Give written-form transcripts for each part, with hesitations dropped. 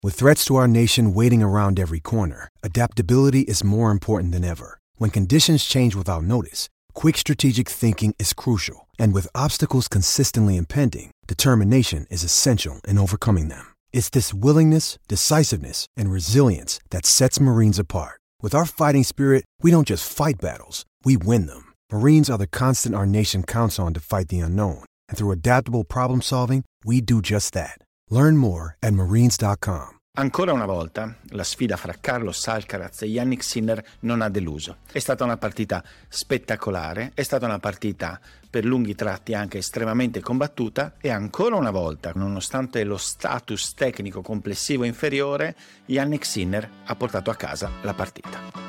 With threats to our nation waiting around every corner, adaptability is more important than ever. When conditions change without notice, quick strategic thinking is crucial. And with obstacles consistently impending, determination is essential in overcoming them. It's this willingness, decisiveness, and resilience that sets Marines apart. With our fighting spirit, we don't just fight battles, we win them. Marines are the constant our nation counts on to fight the unknown. And through adaptable problem solving, we do just that. Learn more at marines.com. Ancora una volta la sfida fra Carlos Alcaraz e Jannik Sinner non ha deluso. È stata una partita spettacolare, è stata una partita per lunghi tratti anche estremamente combattuta e ancora una volta, nonostante lo status tecnico complessivo inferiore, Jannik Sinner ha portato a casa la partita.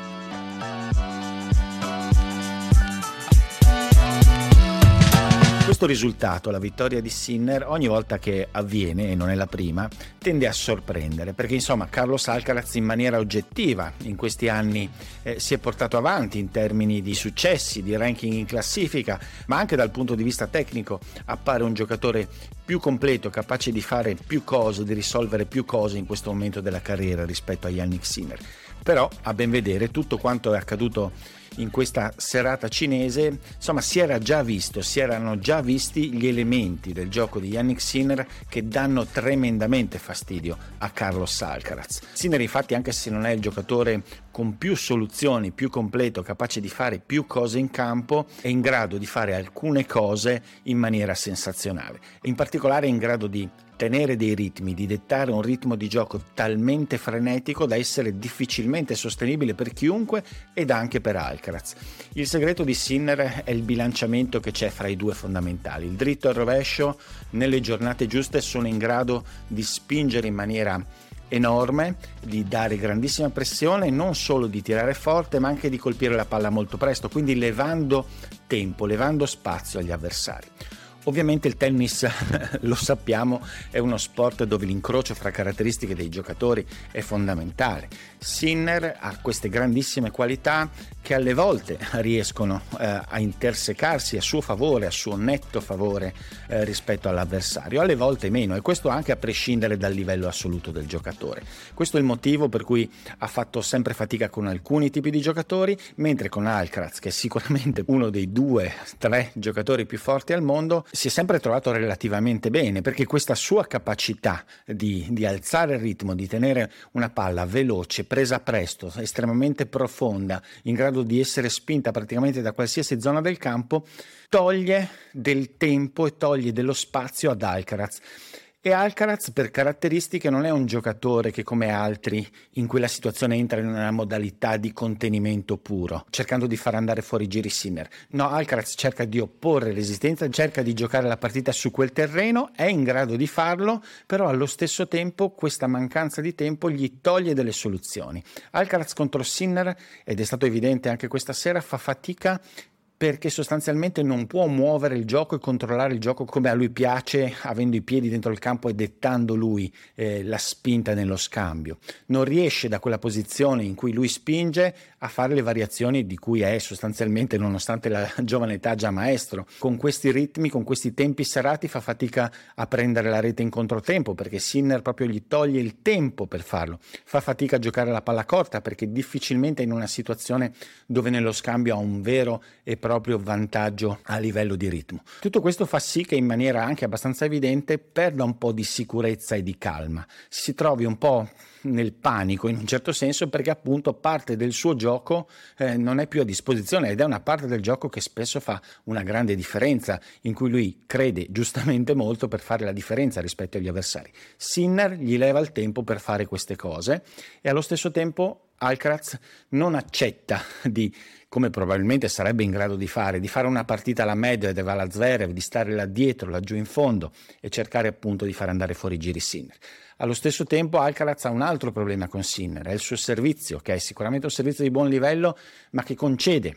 Questo risultato, la vittoria di Sinner, ogni volta che avviene, e non è la prima, tende a sorprendere, perché insomma Carlos Alcaraz in maniera oggettiva in questi anni si è portato avanti in termini di successi, di ranking in classifica, ma anche dal punto di vista tecnico appare un giocatore più completo, capace di fare più cose, di risolvere più cose in questo momento della carriera rispetto a Jannik Sinner. Però, a ben vedere, tutto quanto è accaduto in questa serata cinese, insomma, si erano già visti gli elementi del gioco di Jannik Sinner che danno tremendamente fastidio a Carlos Alcaraz. Sinner, infatti, anche se non è il giocatore con più soluzioni, più completo, capace di fare più cose in campo, è in grado di fare alcune cose in maniera sensazionale. In particolare è in grado di tenere dei ritmi, di dettare un ritmo di gioco talmente frenetico da essere difficilmente sostenibile per chiunque ed anche per Alcaraz. Il segreto di Sinner è il bilanciamento che c'è fra i due fondamentali. Il dritto e il rovescio nelle giornate giuste sono in grado di spingere in maniera enorme, di dare grandissima pressione, non solo di tirare forte ma anche di colpire la palla molto presto, quindi levando tempo, levando spazio agli avversari. Ovviamente il tennis, lo sappiamo, è uno sport dove l'incrocio fra caratteristiche dei giocatori è fondamentale. Sinner ha queste grandissime qualità che alle volte riescono a intersecarsi a suo favore, a suo netto favore rispetto all'avversario, alle volte meno, e questo anche a prescindere dal livello assoluto del giocatore. Questo è il motivo per cui ha fatto sempre fatica con alcuni tipi di giocatori, mentre con Alcaraz, che è sicuramente uno dei 2-3 giocatori più forti al mondo, si è sempre trovato relativamente bene, perché questa sua capacità di alzare il ritmo, di tenere una palla veloce, presa presto, estremamente profonda, in grado di essere spinta praticamente da qualsiasi zona del campo, toglie del tempo e toglie dello spazio ad Alcaraz. E Alcaraz, per caratteristiche, non è un giocatore che come altri in quella situazione entra in una modalità di contenimento puro, cercando di far andare fuori giri Sinner. No, Alcaraz cerca di opporre resistenza, cerca di giocare la partita su quel terreno, è in grado di farlo, però allo stesso tempo questa mancanza di tempo gli toglie delle soluzioni. Alcaraz contro Sinner, ed è stato evidente anche questa sera, fa fatica perché sostanzialmente non può muovere il gioco e controllare il gioco come a lui piace, avendo i piedi dentro il campo e dettando lui la spinta nello scambio. Non riesce da quella posizione in cui lui spinge a fare le variazioni di cui è sostanzialmente, nonostante la giovane età, già maestro. Con questi ritmi, con questi tempi serrati fa fatica a prendere la rete in controtempo, perché Sinner proprio gli toglie il tempo per farlo. Fa fatica a giocare la palla corta perché difficilmente è in una situazione dove nello scambio ha un vero e proprio vantaggio a livello di ritmo. Tutto questo fa sì che in maniera anche abbastanza evidente perda un po' di sicurezza e di calma, si trovi un po' nel panico in un certo senso, perché appunto parte del suo gioco non è più a disposizione, ed è una parte del gioco che spesso fa una grande differenza, in cui lui crede giustamente molto per fare la differenza rispetto agli avversari. Sinner gli leva il tempo per fare queste cose e allo stesso tempo Alcaraz non accetta di, come probabilmente sarebbe in grado di fare una partita alla Medvedev, alla Zverev, di stare là dietro, laggiù in fondo e cercare appunto di far andare fuori giri Sinner. Allo stesso tempo Alcaraz ha un altro problema con Sinner, è il suo servizio, che è sicuramente un servizio di buon livello, ma che concede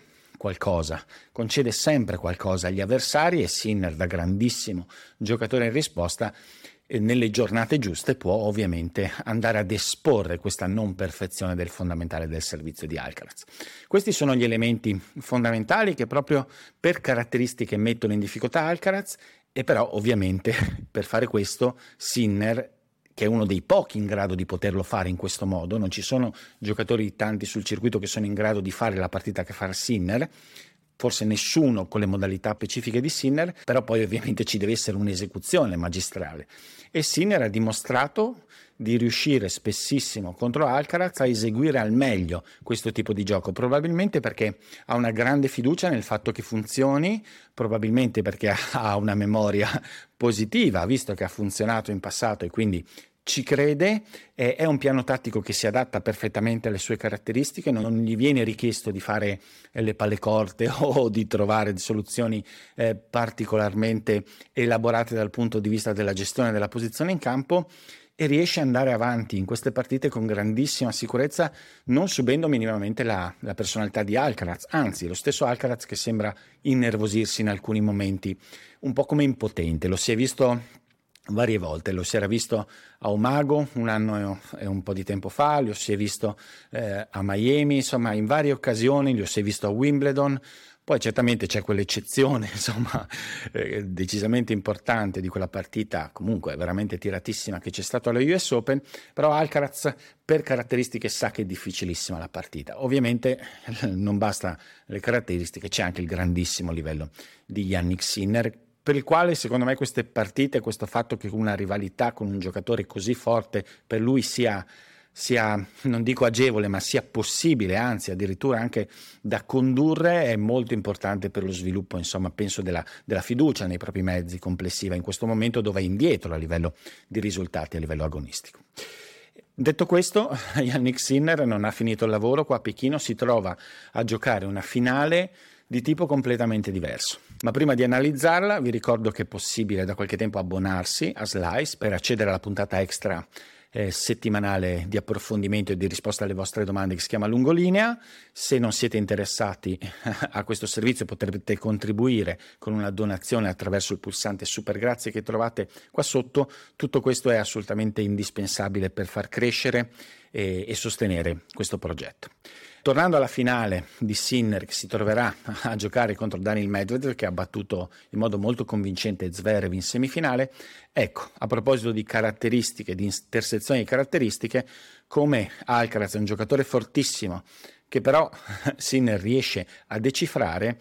sempre qualcosa agli avversari, e Sinner, da grandissimo giocatore in risposta, nelle giornate giuste può ovviamente andare ad esporre questa non perfezione del fondamentale del servizio di Alcaraz. Questi sono gli elementi fondamentali che proprio per caratteristiche mettono in difficoltà Alcaraz, e però ovviamente per fare questo Sinner, che è uno dei pochi in grado di poterlo fare in questo modo. Non ci sono giocatori tanti sul circuito che sono in grado di fare la partita che fa Sinner, forse nessuno con le modalità specifiche di Sinner, però poi ovviamente ci deve essere un'esecuzione magistrale. E Sinner ha dimostrato di riuscire spessissimo contro Alcaraz a eseguire al meglio questo tipo di gioco, probabilmente perché ha una grande fiducia nel fatto che funzioni, probabilmente perché ha una memoria positiva, visto che ha funzionato in passato e quindi ci crede. È un piano tattico che si adatta perfettamente alle sue caratteristiche, non gli viene richiesto di fare le palle corte o di trovare soluzioni particolarmente elaborate dal punto di vista della gestione della posizione in campo, e riesce ad andare avanti in queste partite con grandissima sicurezza, non subendo minimamente la personalità di Alcaraz, anzi lo stesso Alcaraz che sembra innervosirsi in alcuni momenti, un po' come impotente. Lo si è visto varie volte, lo si era visto a Umago un anno e un po' di tempo fa, lo si è visto a Miami, insomma in varie occasioni, lo si è visto a Wimbledon. Poi certamente c'è quell'eccezione, insomma, decisamente importante di quella partita, comunque veramente tiratissima, che c'è stato allo US Open, però Alcaraz per caratteristiche sa che è difficilissima la partita. Ovviamente non basta le caratteristiche, c'è anche il grandissimo livello di Jannik Sinner, per il quale secondo me queste partite, questo fatto che una rivalità con un giocatore così forte per lui sia non dico agevole, ma sia possibile, anzi addirittura anche da condurre, è molto importante per lo sviluppo, insomma, penso della fiducia nei propri mezzi complessiva in questo momento dove è indietro a livello di risultati, a livello agonistico. Detto questo, Jannik Sinner non ha finito il lavoro qua a Pechino, si trova a giocare una finale di tipo completamente diverso. Ma prima di analizzarla vi ricordo che è possibile da qualche tempo abbonarsi a Slice per accedere alla puntata extra settimanale di approfondimento e di risposta alle vostre domande che si chiama Lungolinea. Se non siete interessati a questo servizio potrete contribuire con una donazione attraverso il pulsante super grazie che trovate qua sotto. Tutto questo è assolutamente indispensabile per far crescere e sostenere questo progetto. Tornando alla finale di Sinner, che si troverà a giocare contro Daniil Medvedev, che ha battuto in modo molto convincente Zverev in semifinale, ecco, a proposito di caratteristiche, di intersezioni di caratteristiche, come Alcaraz è un giocatore fortissimo, che però Sinner riesce a decifrare,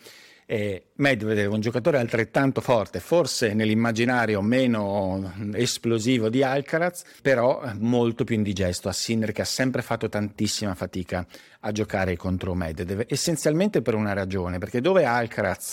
Medvedev è un giocatore altrettanto forte, forse nell'immaginario meno esplosivo di Alcaraz, però molto più indigesto a Sinner, che ha sempre fatto tantissima fatica a giocare contro Medvedev, essenzialmente per una ragione, perché dove Alcaraz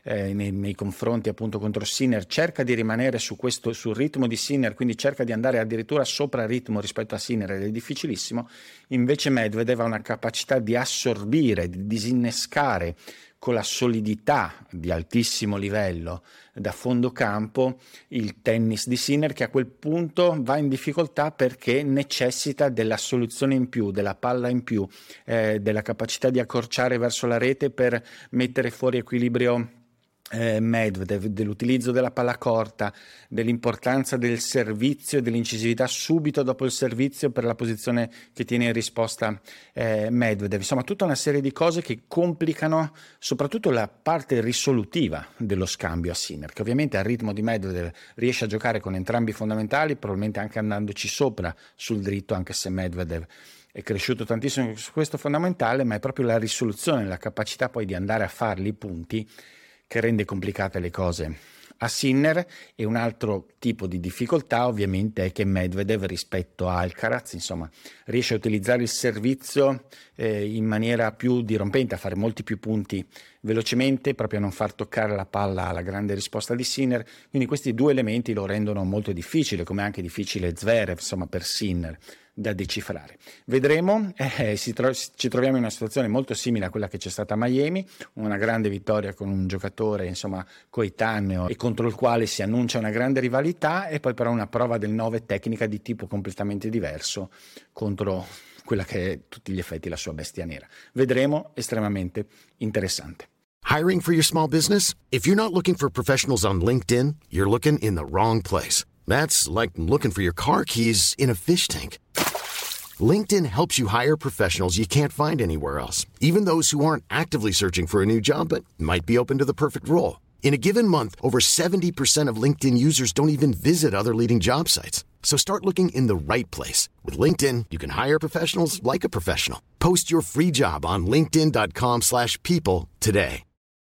nei confronti appunto contro Sinner cerca di rimanere sul ritmo di Sinner, quindi cerca di andare addirittura sopra ritmo rispetto a Sinner ed è difficilissimo, invece Medvedev ha una capacità di assorbire, di disinnescare con la solidità di altissimo livello da fondo campo il tennis di Sinner, che a quel punto va in difficoltà perché necessita della soluzione in più, della palla in più, della capacità di accorciare verso la rete per mettere fuori equilibrio Medvedev, dell'utilizzo della palla corta, dell'importanza del servizio e dell'incisività subito dopo il servizio per la posizione che tiene in risposta Medvedev. Insomma, tutta una serie di cose che complicano soprattutto la parte risolutiva dello scambio a Sinner, che ovviamente al ritmo di Medvedev riesce a giocare con entrambi i fondamentali, probabilmente anche andandoci sopra sul dritto, anche se Medvedev è cresciuto tantissimo su questo fondamentale, ma è proprio la risoluzione, la capacità poi di andare a farli i punti che rende complicate le cose a Sinner. E un altro tipo di difficoltà ovviamente è che Medvedev rispetto a Alcaraz, insomma, riesce a utilizzare il servizio in maniera più dirompente, a fare molti più punti velocemente, proprio a non far toccare la palla alla grande risposta di Sinner. Quindi questi due elementi lo rendono molto difficile, come anche difficile Zverev, insomma, per Sinner da decifrare. Vedremo, ci troviamo in una situazione molto simile a quella che c'è stata a Miami, una grande vittoria con un giocatore, insomma, coetaneo e contro il quale si annuncia una grande rivalità, e poi però una prova del 9 tecnica di tipo completamente diverso contro quella che è a tutti gli effetti la sua bestia nera. Vedremo, estremamente interessante. Hiring for your small business? If you're not looking for professionals on LinkedIn, you're looking in the wrong place. That's like looking for your car keys in a fish tank. LinkedIn helps you hire professionals you can't find anywhere else, even those who aren't actively searching for a new job but might be open to the perfect role. In a given month, over 70% of LinkedIn users don't even visit other leading job sites. So start looking in the right place. With LinkedIn, you can hire professionals like a professional. Post your free job on linkedin.com/people today.